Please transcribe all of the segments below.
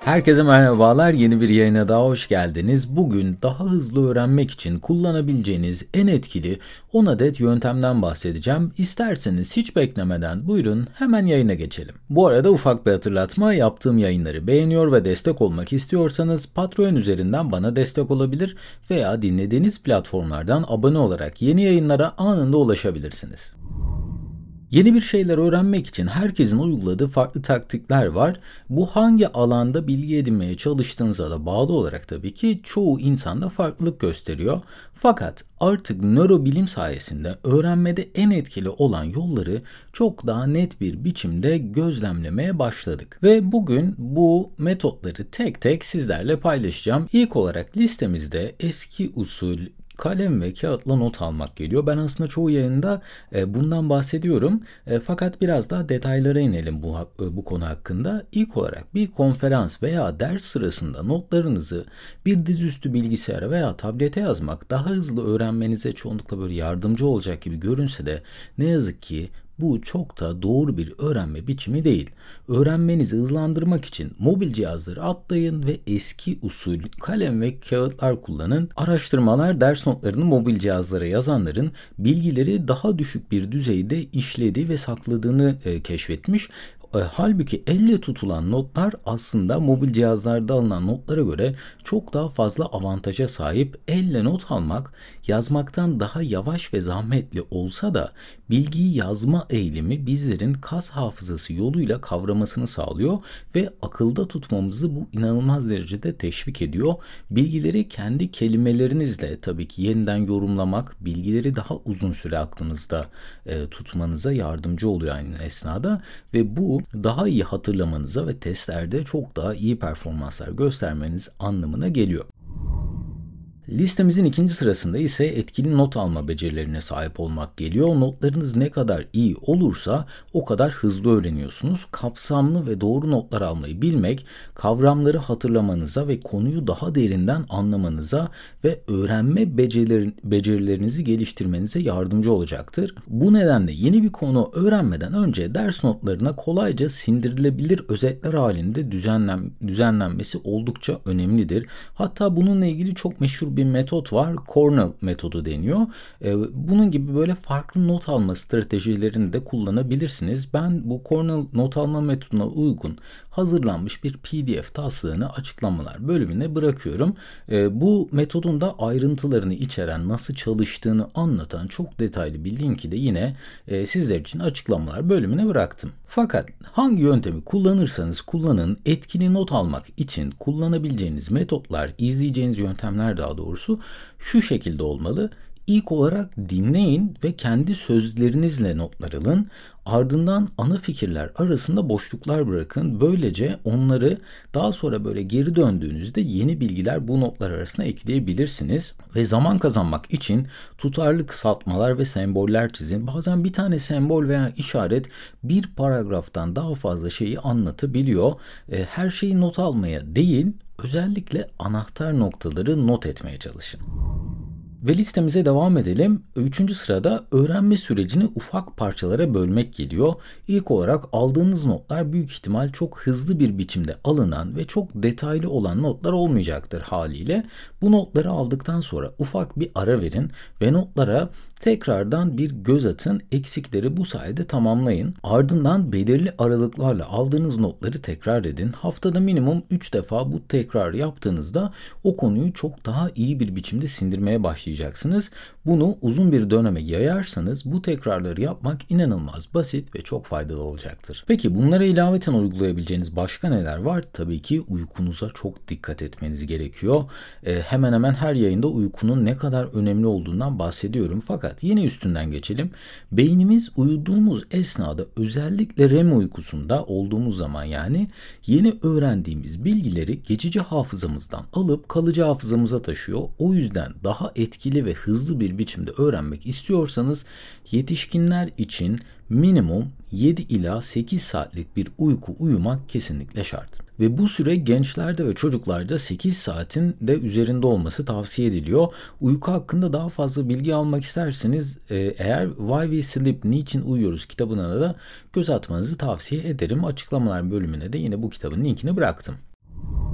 Herkese merhabalar, yeni bir yayına daha hoş geldiniz. Bugün daha hızlı öğrenmek için kullanabileceğiniz en etkili 10 adet yöntemden bahsedeceğim. İsterseniz hiç beklemeden buyurun hemen yayına geçelim. Bu arada ufak bir hatırlatma, yaptığım yayınları beğeniyor ve destek olmak istiyorsanız Patreon üzerinden bana destek olabilir veya dinlediğiniz platformlardan abone olarak yeni yayınlara anında ulaşabilirsiniz. Yeni bir şeyler öğrenmek için herkesin uyguladığı farklı taktikler var. Bu hangi alanda bilgi edinmeye çalıştığınıza da bağlı olarak tabii ki çoğu insanda farklılık gösteriyor. Fakat artık nörobilim sayesinde öğrenmede en etkili olan yolları çok daha net bir biçimde gözlemlemeye başladık. Ve bugün bu metotları tek tek sizlerle paylaşacağım. İlk olarak listemizde eski usul kalem ve kağıtla not almak geliyor. Ben aslında çoğu yayında bundan bahsediyorum. Fakat biraz daha detaylara inelim bu konu hakkında. İlk olarak bir konferans veya ders sırasında notlarınızı bir dizüstü bilgisayara veya tablete yazmak daha hızlı öğrenmenize çoğunlukla böyle yardımcı olacak gibi görünse de ne yazık ki bu çok da doğru bir öğrenme biçimi değil. Öğrenmenizi hızlandırmak için mobil cihazları atlayın ve eski usul kalem ve kağıtlar kullanın. Araştırmalar ders notlarını mobil cihazlara yazanların bilgileri daha düşük bir düzeyde işlediği ve sakladığını keşfetmiş. Halbuki elle tutulan notlar aslında mobil cihazlarda alınan notlara göre çok daha fazla avantaja sahip. Elle not almak yazmaktan daha yavaş ve zahmetli olsa da bilgiyi yazma eğilimi bizlerin kas hafızası yoluyla kavramasını sağlıyor ve akılda tutmamızı bu inanılmaz derecede teşvik ediyor. Bilgileri kendi kelimelerinizle tabii ki yeniden yorumlamak bilgileri daha uzun süre aklınızda tutmanıza yardımcı oluyor aynı esnada ve bu daha iyi hatırlamanıza ve testlerde çok daha iyi performanslar göstermeniz anlamına geliyor. Listemizin ikinci sırasında ise etkili not alma becerilerine sahip olmak geliyor. Notlarınız ne kadar iyi olursa o kadar hızlı öğreniyorsunuz. Kapsamlı ve doğru notlar almayı bilmek, kavramları hatırlamanıza ve konuyu daha derinden anlamanıza ve öğrenme becerilerinizi geliştirmenize yardımcı olacaktır. Bu nedenle yeni bir konu öğrenmeden önce ders notlarına kolayca sindirilebilir özetler halinde düzenlenmesi oldukça önemlidir. Hatta bununla ilgili çok meşhur bir metot var. Cornell metodu deniyor. Bunun gibi böyle farklı not alma stratejilerini de kullanabilirsiniz. Ben bu Cornell not alma metoduna uygun hazırlanmış bir PDF taslağını açıklamalar bölümüne bırakıyorum. Bu metodun da ayrıntılarını içeren, nasıl çalıştığını anlatan çok detaylı bir linki de yine sizler için açıklamalar bölümüne bıraktım. Fakat hangi yöntemi kullanırsanız kullanın, etkili not almak için kullanabileceğiniz metotlar, izleyeceğiniz yöntemler daha doğrusu şu şekilde olmalı. İlk olarak dinleyin ve kendi sözlerinizle notlar alın. Ardından ana fikirler arasında boşluklar bırakın. Böylece onları daha sonra böyle geri döndüğünüzde yeni bilgiler bu notlar arasına ekleyebilirsiniz. Ve zaman kazanmak için tutarlı kısaltmalar ve semboller çizin. Bazen bir tane sembol veya işaret bir paragraftan daha fazla şeyi anlatabiliyor. Her şeyi not almaya değil, özellikle anahtar noktaları not etmeye çalışın. Ve listemize devam edelim. Üçüncü sırada öğrenme sürecini ufak parçalara bölmek geliyor. İlk olarak aldığınız notlar büyük ihtimal çok hızlı bir biçimde alınan ve çok detaylı olan notlar olmayacaktır haliyle. Bu notları aldıktan sonra ufak bir ara verin ve notlara tekrardan bir göz atın. Eksikleri bu sayede tamamlayın. Ardından belirli aralıklarla aldığınız notları tekrar edin. Haftada minimum 3 defa bu tekrar yaptığınızda o konuyu çok daha iyi bir biçimde sindirmeye başlayacaksınız. Bunu uzun bir döneme yayarsanız bu tekrarları yapmak inanılmaz basit ve çok faydalı olacaktır. Peki bunlara ilaveten uygulayabileceğiniz başka neler var? Tabii ki uykunuza çok dikkat etmeniz gerekiyor. Hemen hemen her yayında uykunun ne kadar önemli olduğundan bahsediyorum. Fakat yine üstünden geçelim. Beynimiz uyuduğumuz esnada, özellikle REM uykusunda olduğumuz zaman yani yeni öğrendiğimiz bilgileri geçici hafızamızdan alıp kalıcı hafızamıza taşıyor. O yüzden daha etkili ve hızlı bir biçimde öğrenmek istiyorsanız yetişkinler için minimum 7 ila 8 saatlik bir uyku uyumak kesinlikle şart. Ve bu süre gençlerde ve çocuklarda 8 saatin de üzerinde olması tavsiye ediliyor. Uyku hakkında daha fazla bilgi almak isterseniz eğer Why We Sleep, Niçin Uyuyoruz kitabına da göz atmanızı tavsiye ederim. Açıklamalar bölümüne de yine bu kitabın linkini bıraktım.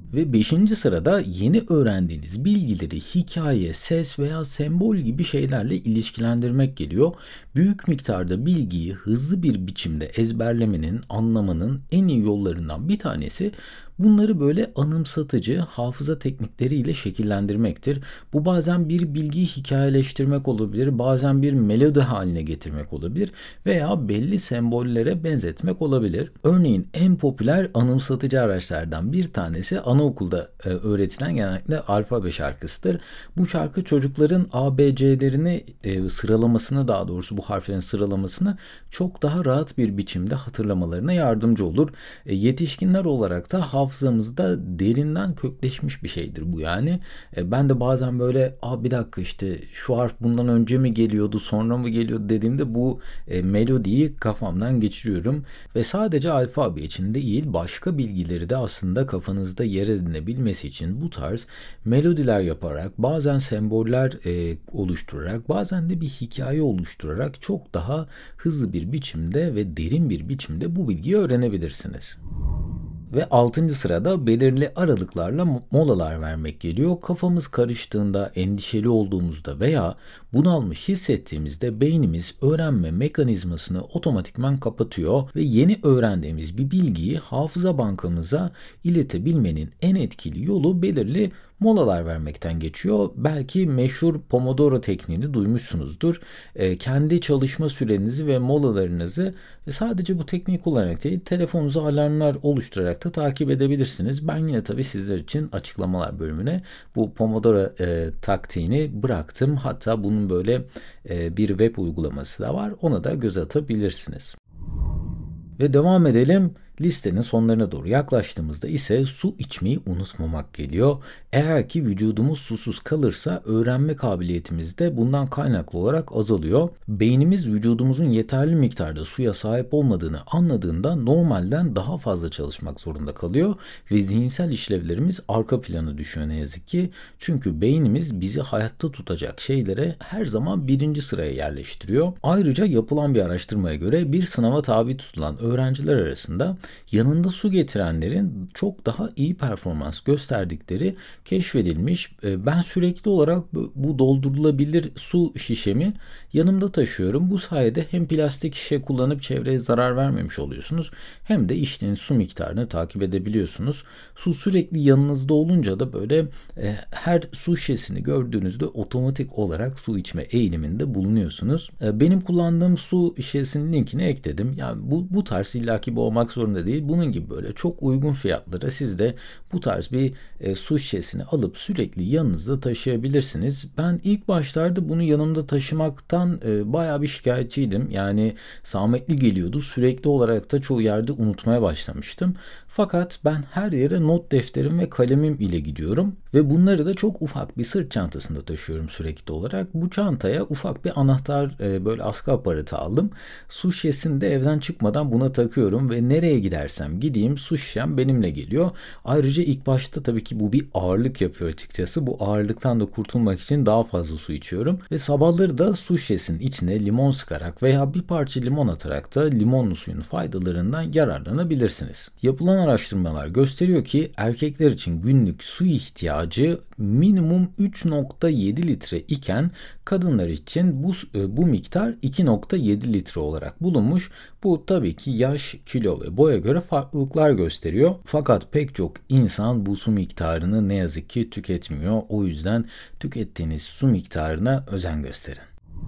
Ve 5. sırada yeni öğrendiğiniz bilgileri hikaye, ses veya sembol gibi şeylerle ilişkilendirmek geliyor. Büyük miktarda bilgiyi hızlı bir biçimde ezberlemenin, anlamanın en iyi yollarından bir tanesi bunları böyle anımsatıcı hafıza teknikleriyle şekillendirmektir. Bu bazen bir bilgiyi hikayeleştirmek olabilir, bazen bir melodi haline getirmek olabilir veya belli sembollere benzetmek olabilir. Örneğin en popüler anımsatıcı araçlardan bir tanesi anaokulda öğretilen genellikle alfabe şarkısıdır. Bu şarkı çocukların ABC'lerini sıralamasını, daha doğrusu bu harflerin sıralamasını çok daha rahat bir biçimde hatırlamalarına yardımcı olur. Yetişkinler olarak da hafızamızda derinden kökleşmiş bir şeydir bu yani. Ben de bazen böyle bir dakika işte şu harf bundan önce mi geliyordu sonra mı geliyordu dediğimde bu melodiyi kafamdan geçiriyorum. Ve sadece alfabe için değil başka bilgileri de aslında kafanızda yer edinebilmesi için bu tarz melodiler yaparak bazen semboller oluşturarak bazen de bir hikaye oluşturarak çok daha hızlı bir biçimde ve derin bir biçimde bu bilgiyi öğrenebilirsiniz. Ve 6. sırada belirli aralıklarla molalar vermek geliyor. Kafamız karıştığında, endişeli olduğumuzda veya bunalmış hissettiğimizde beynimiz öğrenme mekanizmasını otomatikman kapatıyor ve yeni öğrendiğimiz bir bilgiyi hafıza bankamıza iletebilmenin en etkili yolu belirli molalar vermekten geçiyor. Belki meşhur Pomodoro tekniğini duymuşsunuzdur. Kendi çalışma sürenizi ve molalarınızı sadece bu tekniği kullanarak değil, telefonunuza alarmlar oluşturarak da takip edebilirsiniz. Ben yine tabii sizler için açıklamalar bölümüne bu Pomodoro taktiğini bıraktım. Hatta bunun böyle bir web uygulaması da var. Ona da göz atabilirsiniz. Ve devam edelim. Listenin sonlarına doğru yaklaştığımızda ise su içmeyi unutmamak geliyor. Eğer ki vücudumuz susuz kalırsa öğrenme kabiliyetimiz de bundan kaynaklı olarak azalıyor. Beynimiz vücudumuzun yeterli miktarda suya sahip olmadığını anladığında normalden daha fazla çalışmak zorunda kalıyor ve zihinsel işlevlerimiz arka plana düşüyor ne yazık ki. Çünkü beynimiz bizi hayatta tutacak şeylere her zaman 1. sıraya yerleştiriyor. Ayrıca yapılan bir araştırmaya göre bir sınava tabi tutulan öğrenciler arasında yanında su getirenlerin çok daha iyi performans gösterdikleri keşfedilmiş. Ben sürekli olarak bu doldurulabilir su şişemi yanımda taşıyorum. Bu sayede hem plastik şişe kullanıp çevreye zarar vermemiş oluyorsunuz hem de içtiğiniz su miktarını takip edebiliyorsunuz. Su sürekli yanınızda olunca da böyle her su şişesini gördüğünüzde otomatik olarak su içme eğiliminde bulunuyorsunuz. Benim kullandığım su şişesinin linkini ekledim. Yani bu tarz illaki bu olmak zorunda değil. Bunun gibi böyle çok uygun fiyatlara siz de bu tarz bir su şişesini alıp sürekli yanınızda taşıyabilirsiniz. Ben ilk başlarda bunu yanımda taşımaktan bayağı bir şikayetçiydim. Yani zahmetli geliyordu. Sürekli olarak da çoğu yerde unutmaya başlamıştım. Fakat ben her yere not defterim ve kalemim ile gidiyorum ve bunları da çok ufak bir sırt çantasında taşıyorum sürekli olarak. Bu çantaya ufak bir anahtar böyle askı aparatı aldım. Su şişesini de evden çıkmadan buna takıyorum ve nereye gidersem gideyim su şişem benimle geliyor. Ayrıca ilk başta tabii ki bu bir ağırlık yapıyor açıkçası. Bu ağırlıktan da kurtulmak için daha fazla su içiyorum ve sabahları da su şişesinin içine limon sıkarak veya bir parça limon atarak da limonlu suyun faydalarından yararlanabilirsiniz. Yapılan araştırmalar gösteriyor ki erkekler için günlük su ihtiyacı minimum 3,7 litre iken kadınlar için bu miktar 2,7 litre olarak bulunmuş. Bu tabii ki yaş, kilo ve boya göre farklılıklar gösteriyor. Fakat pek çok insan bu su miktarını ne yazık ki tüketmiyor. O yüzden tükettiğiniz su miktarına özen gösterin.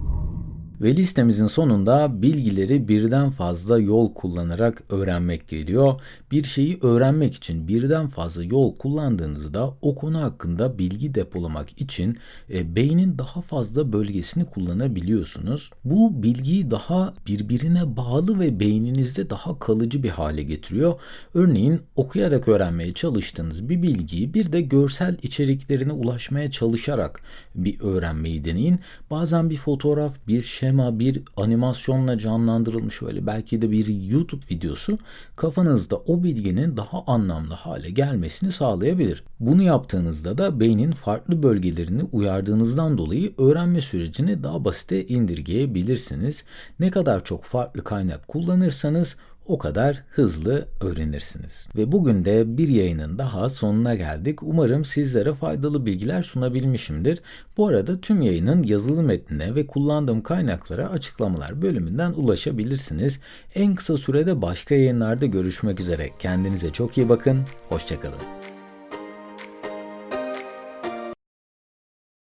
Ve listemizin sonunda bilgileri birden fazla yol kullanarak öğrenmek geliyor. Bir şeyi öğrenmek için birden fazla yol kullandığınızda o konu hakkında bilgi depolamak için beynin daha fazla bölgesini kullanabiliyorsunuz. Bu bilgiyi daha birbirine bağlı ve beyninizde daha kalıcı bir hale getiriyor. Örneğin okuyarak öğrenmeye çalıştığınız bir bilgiyi bir de görsel içeriklerine ulaşmaya çalışarak bir öğrenmeyi deneyin. Bazen bir fotoğraf, bir şema, bir animasyonla canlandırılmış öyle belki de bir YouTube videosu kafanızda o bilginin daha anlamlı hale gelmesini sağlayabilir. Bunu yaptığınızda da beynin farklı bölgelerini uyardığınızdan dolayı öğrenme sürecini daha basite indirgeyebilirsiniz. Ne kadar çok farklı kaynak kullanırsanız o kadar hızlı öğrenirsiniz. Ve bugün de bir yayının daha sonuna geldik. Umarım sizlere faydalı bilgiler sunabilmişimdir. Bu arada tüm yayının yazılı metnine ve kullandığım kaynaklara açıklamalar bölümünden ulaşabilirsiniz. En kısa sürede başka yayınlarda görüşmek üzere. Kendinize çok iyi bakın. Hoşça kalın.